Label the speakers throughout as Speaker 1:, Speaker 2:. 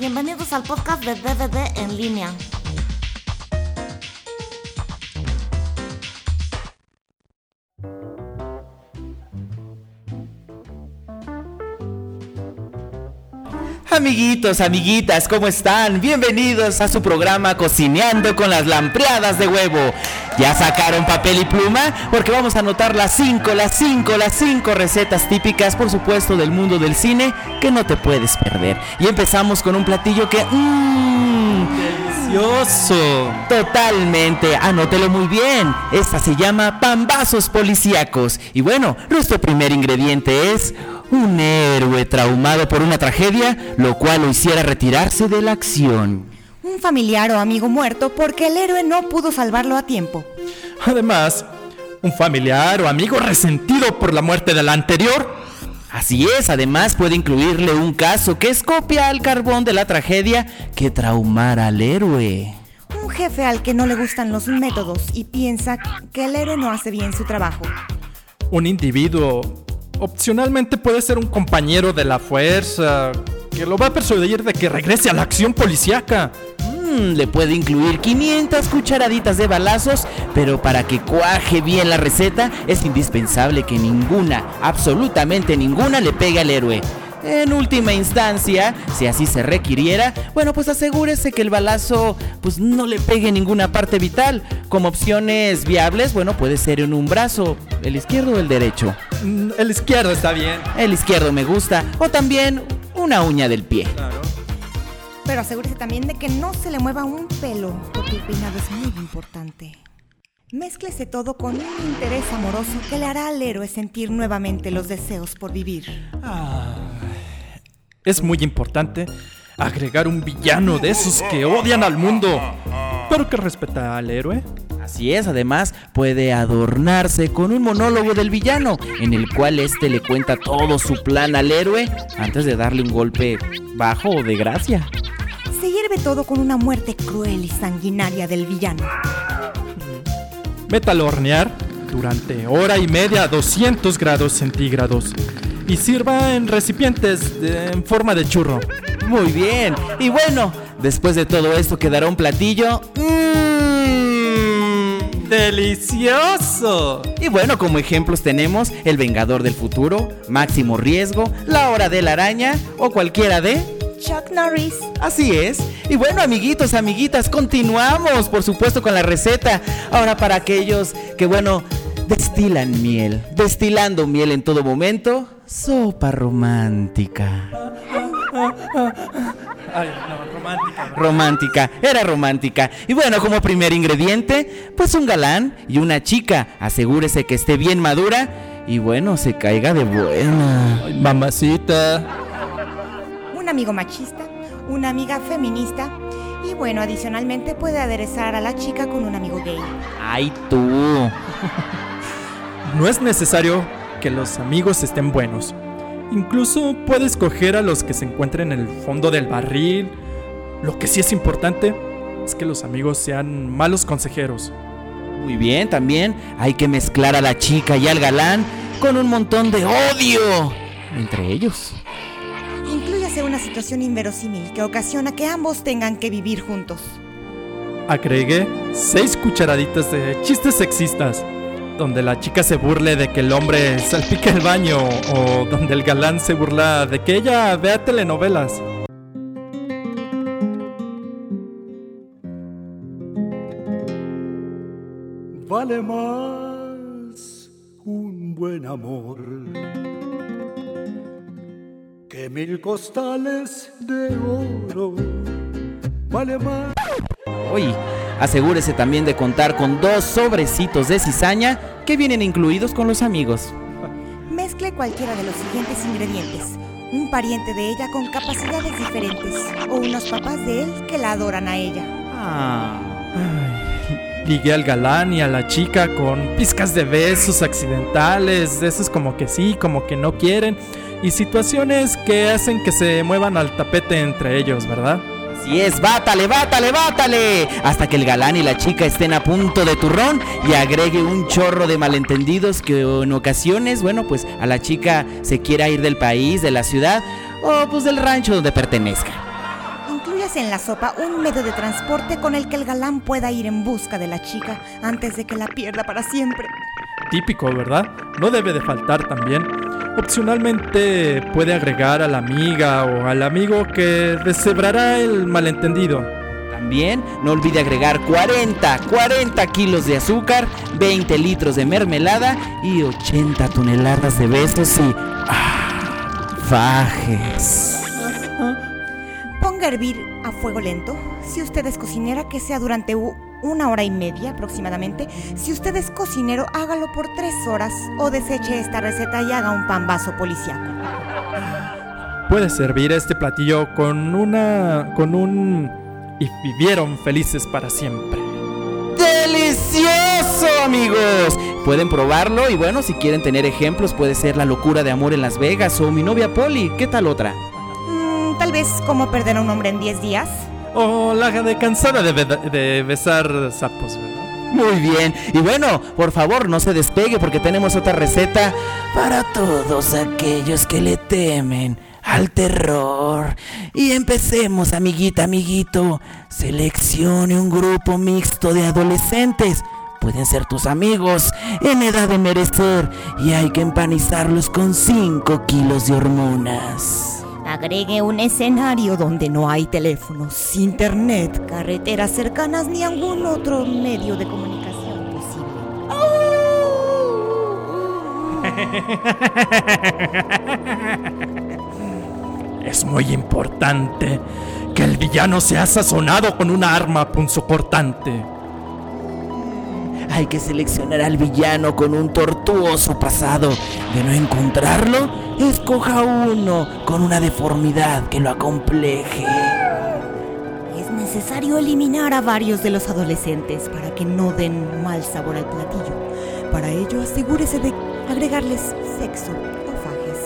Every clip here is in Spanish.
Speaker 1: Bienvenidos al podcast de DVD en línea.
Speaker 2: Amiguitos, amiguitas, ¿cómo están? Bienvenidos a su programa Cocineando con las Lampreadas de Huevo. ¿Ya sacaron papel y pluma? Porque vamos a anotar las cinco recetas típicas, por supuesto, del mundo del cine que no te puedes perder. Y empezamos con un platillo que...
Speaker 3: ¡delicioso!
Speaker 2: Totalmente, anótelo muy bien. Esta se llama pambazos policíacos. Y bueno, nuestro primer ingrediente es... un héroe traumado por una tragedia, lo cual lo hiciera retirarse de la acción.
Speaker 1: Un familiar o amigo muerto porque el héroe no pudo salvarlo a tiempo.
Speaker 3: Además, un familiar o amigo resentido por la muerte del anterior.
Speaker 2: Así es, además puede incluirle un caso que es copia al carbón de la tragedia que traumara al héroe.
Speaker 1: Un jefe al que no le gustan los métodos y piensa que el héroe no hace bien su trabajo.
Speaker 3: Un individuo... opcionalmente puede ser un compañero de la fuerza que lo va a persuadir de que regrese a la acción policíaca.
Speaker 2: Le puede incluir 500 cucharaditas de balazos, pero para que cuaje bien la receta es indispensable que ninguna, absolutamente ninguna, le pegue al héroe. En última instancia, si así se requiriera, bueno, pues asegúrese que el balazo pues no le pegue en ninguna parte vital. Como opciones viables, bueno, puede ser en un brazo, el izquierdo o el derecho.
Speaker 3: El izquierdo está bien.
Speaker 2: El izquierdo me gusta, o también una uña del pie.
Speaker 3: Claro.
Speaker 1: Pero asegúrese también de que no se le mueva un pelo, porque el peinado es muy importante. Mézclese todo con un interés amoroso que le hará al héroe sentir nuevamente los deseos por vivir.
Speaker 3: Es muy importante agregar un villano de esos que odian al mundo, pero que respeta al héroe.
Speaker 2: Así es, además puede adornarse con un monólogo del villano, en el cual este le cuenta todo su plan al héroe antes de darle un golpe bajo o de gracia.
Speaker 1: Se hierve todo con una muerte cruel y sanguinaria del villano.
Speaker 3: Métalo a hornear durante hora y media a 200 grados centígrados y sirva en recipientes en forma de churro.
Speaker 2: Muy bien, y bueno, después de todo esto quedará un platillo...
Speaker 3: ¡delicioso!
Speaker 2: Y bueno, como ejemplos tenemos El Vengador del Futuro, Máximo Riesgo, La Hora de la Araña o cualquiera de...
Speaker 1: Chuck Norris.
Speaker 2: Así es. Y bueno, amiguitos, amiguitas, continuamos, por supuesto, con la receta. Ahora para aquellos que, bueno, destilan miel, destilando miel en todo momento, sopa romántica.
Speaker 3: Ay, no, romántica.
Speaker 2: Romántica, era romántica. Y bueno, como primer ingrediente, pues un galán y una chica. Asegúrese que esté bien madura y bueno, se caiga de buena.
Speaker 3: Ay, mamacita.
Speaker 1: Un amigo machista, una amiga feminista y bueno, adicionalmente puede aderezar a la chica con un amigo gay.
Speaker 2: ¡Ay, tú!
Speaker 3: No es necesario que los amigos estén buenos. Incluso puede escoger a los que se encuentren en el fondo del barril. Lo que sí es importante es que los amigos sean malos consejeros.
Speaker 2: Muy bien, también hay que mezclar a la chica y al galán con un montón de odio entre ellos.
Speaker 1: Inclúyase una situación inverosímil que ocasiona que ambos tengan que vivir juntos.
Speaker 3: Agregué 6 cucharaditas de chistes sexistas, donde la chica se burle de que el hombre salpique el baño o donde el galán se burla de que ella vea telenovelas.
Speaker 4: Vale más un buen amor que 1000 costales de oro. Vale más.
Speaker 2: Hoy, asegúrese también de contar con 2 sobrecitos de cizaña que vienen incluidos con los amigos.
Speaker 1: Mezcle cualquiera de los siguientes ingredientes. Un pariente de ella con capacidades diferentes o unos papás de él que la adoran a ella.
Speaker 3: Ligué al galán y a la chica con pizcas de besos accidentales, de esos como que sí, como que no quieren, y situaciones que hacen que se muevan al tapete entre ellos, ¿verdad?
Speaker 2: Así es, bátale, bátale, bátale, hasta que el galán y la chica estén a punto de turrón y agregue un chorro de malentendidos que en ocasiones, bueno, pues a la chica se quiera ir del país, de la ciudad o pues del rancho donde pertenezca.
Speaker 1: Póngase en la sopa un medio de transporte con el que el galán pueda ir en busca de la chica antes de que la pierda para siempre.
Speaker 3: Típico, ¿verdad? No debe de faltar también. Opcionalmente puede agregar a la amiga o al amigo que deshebrará el malentendido.
Speaker 2: También no olvide agregar 40 kilos de azúcar, 20 litros de mermelada y 80 toneladas de besos y fajes.
Speaker 1: Ponga a hervir a fuego lento. Si usted es cocinera, que sea durante 1 hora y media aproximadamente. Si usted es cocinero, hágalo por 3 horas o deseche esta receta y haga un pambazo policíaco.
Speaker 3: Puede servir este platillo con un y vivieron felices para siempre.
Speaker 2: ¡Delicioso, amigos! Pueden probarlo y bueno, si quieren tener ejemplos, puede ser La locura de amor en Las Vegas o Mi novia Polly. ¿Qué tal otra?
Speaker 1: Tal vez Cómo perder a un hombre en 10 días.
Speaker 3: O la de cansada de besar sapos, ¿verdad?
Speaker 2: Muy bien. Y bueno, por favor, no se despegue porque tenemos otra receta para todos aquellos que le temen al terror. Y empecemos, amiguita, amiguito. Seleccione un grupo mixto de adolescentes. Pueden ser tus amigos en edad de merecer y hay que empanizarlos con 5 kilos de hormonas.
Speaker 1: Agregue un escenario donde no hay teléfonos, internet, carreteras cercanas ni algún otro medio de comunicación posible.
Speaker 3: Es muy importante que el villano sea sazonado con una arma punzocortante.
Speaker 2: Hay que seleccionar al villano con un tortuoso pasado. De no encontrarlo, escoja uno con una deformidad que lo acompleje.
Speaker 1: Es necesario eliminar a varios de los adolescentes para que no den mal sabor al platillo. Para ello, asegúrese de agregarles sexo o fajes.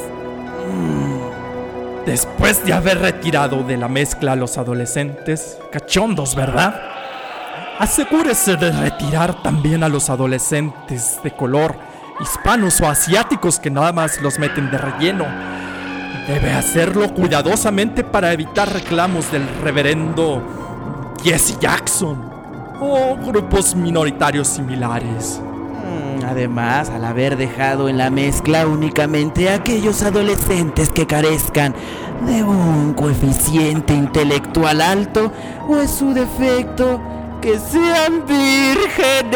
Speaker 3: Después de haber retirado de la mezcla a los adolescentes cachondos, ¿verdad? Asegúrese de retirar también a los adolescentes de color, hispanos o asiáticos que nada más los meten de relleno. Debe hacerlo cuidadosamente para evitar reclamos del reverendo Jesse Jackson o grupos minoritarios similares.
Speaker 2: Además, al haber dejado en la mezcla únicamente a aquellos adolescentes que carezcan de un coeficiente intelectual alto o en su defecto, que sean vírgenes.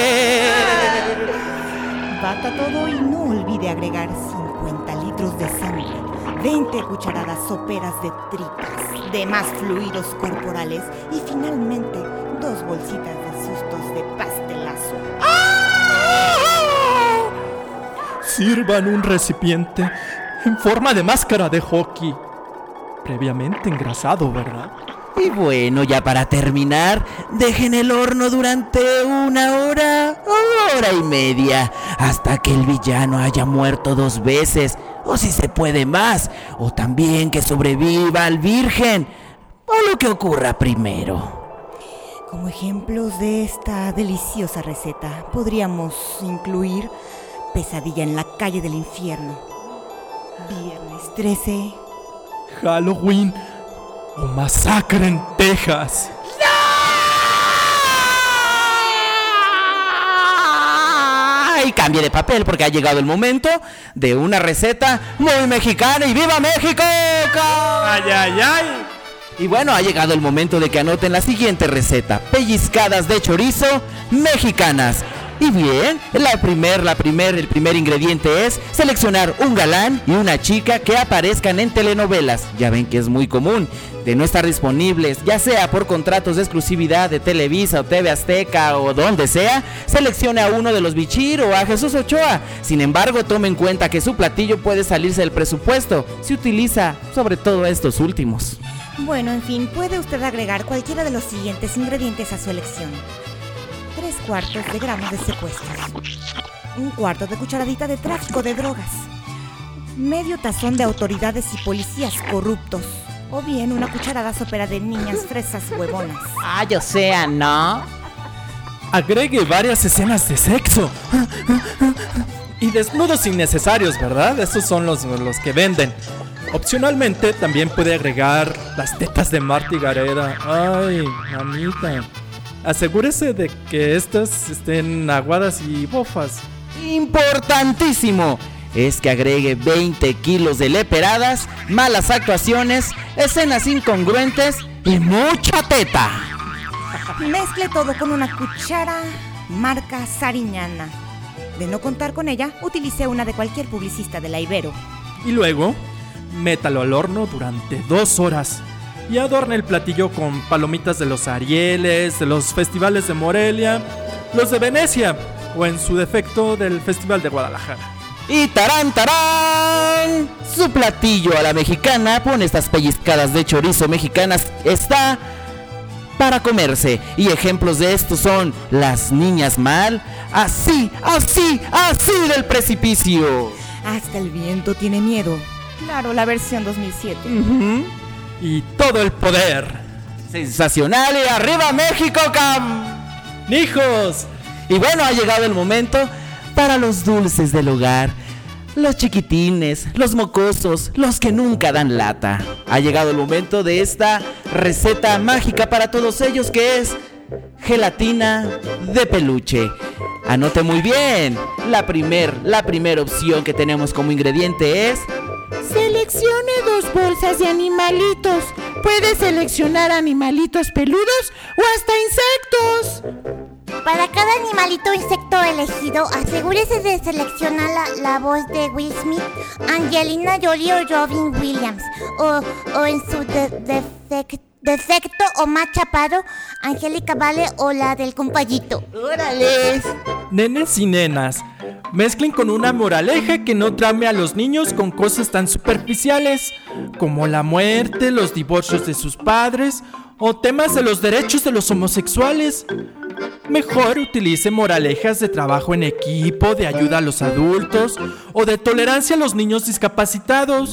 Speaker 1: Bata todo y no olvide agregar 50 litros de sangre, 20 cucharadas soperas de tripas, demás fluidos corporales y finalmente 2 bolsitas de sustos de pastelazo.
Speaker 3: Sirvan un recipiente en forma de máscara de hockey, previamente engrasado, ¿verdad?
Speaker 2: Y bueno, ya para terminar, dejen el horno durante 1 hora o hora y media, hasta que el villano haya muerto 2 veces, o si se puede más, o también que sobreviva el virgen, o lo que ocurra primero.
Speaker 1: Como ejemplos de esta deliciosa receta, podríamos incluir Pesadilla en la calle del infierno, Viernes 13,
Speaker 3: Halloween o Masacre en Texas.
Speaker 2: Y cambie de papel porque ha llegado el momento de una receta muy mexicana y ¡viva México!
Speaker 3: ¡Ay, ay, ay!
Speaker 2: Y bueno, ha llegado el momento de que anoten la siguiente receta: pellizcadas de chorizo mexicanas. Y bien, el primer ingrediente es seleccionar un galán y una chica que aparezcan en telenovelas. Ya ven que es muy común de no estar disponibles, ya sea por contratos de exclusividad de Televisa o TV Azteca o donde sea. Seleccione a uno de los Bichir o a Jesús Ochoa. Sin embargo, tome en cuenta que su platillo puede salirse del presupuesto si utiliza sobre todo estos últimos.
Speaker 1: Bueno, en fin, puede usted agregar cualquiera de los siguientes ingredientes a su elección: 3/4 de gramos de secuestros, 1/4 de cucharadita de tráfico de drogas, medio tazón de autoridades y policías corruptos, o bien una cucharada sopera de niñas fresas huevonas.
Speaker 2: O sea, ¿no?
Speaker 3: Agregue varias escenas de sexo y desnudos innecesarios, ¿verdad? Esos son los que venden. Opcionalmente también puede agregar las tetas de Marty Gareda. Ay, mamita. Asegúrese de que estas estén aguadas y bofas.
Speaker 2: Importantísimo es que agregue 20 kilos de leperadas, malas actuaciones, escenas incongruentes y mucha teta.
Speaker 1: Mezcle todo con una cuchara marca Sariñana. De no contar con ella, utilice una de cualquier publicista de la Ibero.
Speaker 3: Y luego, métalo al horno durante 2 horas. Y adorne el platillo con palomitas de los Arieles, de los festivales de Morelia, los de Venecia, o en su defecto del Festival de Guadalajara.
Speaker 2: Y tarán, tarán, su platillo a la mexicana, con estas pellizcadas de chorizo mexicanas, está para comerse. Y ejemplos de esto son las niñas mal, así del precipicio.
Speaker 1: Hasta el viento tiene miedo. Claro, la versión 2007.
Speaker 3: Y todo el poder.
Speaker 2: Sensacional y arriba México, Cam.
Speaker 3: ¡Hijos!
Speaker 2: Y bueno, ha llegado el momento para los dulces del hogar, los chiquitines, los mocosos, los que nunca dan lata. Ha llegado el momento de esta receta mágica para todos ellos, que es gelatina de peluche. Anote muy bien, la primer opción que tenemos como ingrediente es:
Speaker 5: seleccione 2 bolsas de animalitos. Puede seleccionar animalitos peludos o hasta insectos.
Speaker 6: Para cada animalito o insecto elegido, asegúrese de seleccionar la voz de Will Smith, Angelina Jolie o Robin Williams. O en su defecto o más chapado, Angélica Vale o la del compayito.
Speaker 1: ¡Órale!
Speaker 3: Nenes y nenas, mezclen con una moraleja que no trame a los niños con cosas tan superficiales como la muerte, los divorcios de sus padres o temas de los derechos de los homosexuales. Mejor utilice moralejas de trabajo en equipo, de ayuda a los adultos o de tolerancia a los niños discapacitados.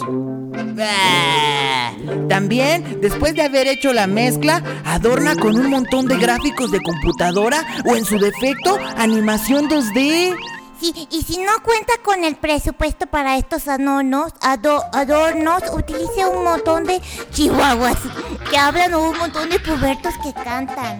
Speaker 2: También, después de haber hecho la mezcla, adorna con un montón de gráficos de computadora o en su defecto, animación 2D.
Speaker 6: Sí, y si no cuenta con el presupuesto para estos adornos, utilice un montón de chihuahuas que hablan o un montón de pubertos que cantan.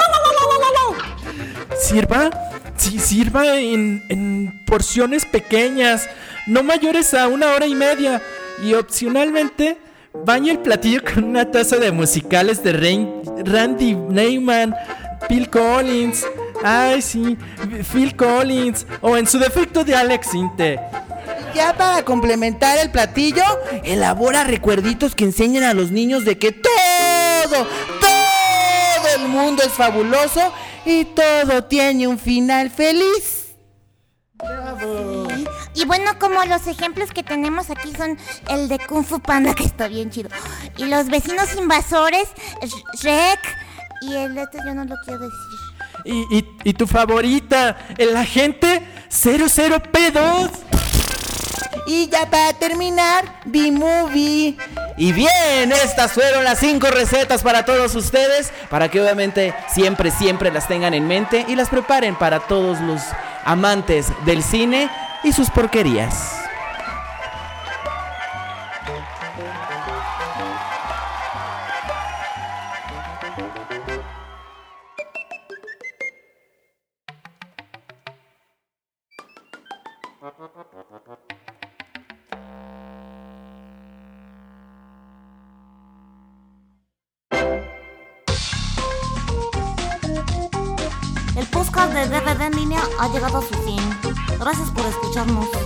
Speaker 3: Sirva en porciones pequeñas, no mayores a 1 hora y media. Y opcionalmente, bañe el platillo con una taza de musicales de Randy Newman, Phil Collins. Ay, sí, Phil Collins. O en su defecto de Alex Intec.
Speaker 2: Ya para complementar el platillo, elabora recuerditos que enseñen a los niños de que todo el mundo es fabuloso y todo tiene un final feliz.
Speaker 6: ¡Bravo! Sí. Y bueno, como los ejemplos que tenemos aquí son el de Kung Fu Panda, que está bien chido, y los vecinos invasores, Shrek, y el otro yo no lo quiero decir.
Speaker 3: Y tu favorita, el agente 00P2.
Speaker 2: Y ya para terminar, B-Movie. Y bien, estas fueron las 5 recetas para todos ustedes, para que obviamente siempre las tengan en mente y las preparen para todos los amantes del cine y sus porquerías.
Speaker 6: El podcast de DVD en línea ha llegado a su fin. Gracias por escucharnos.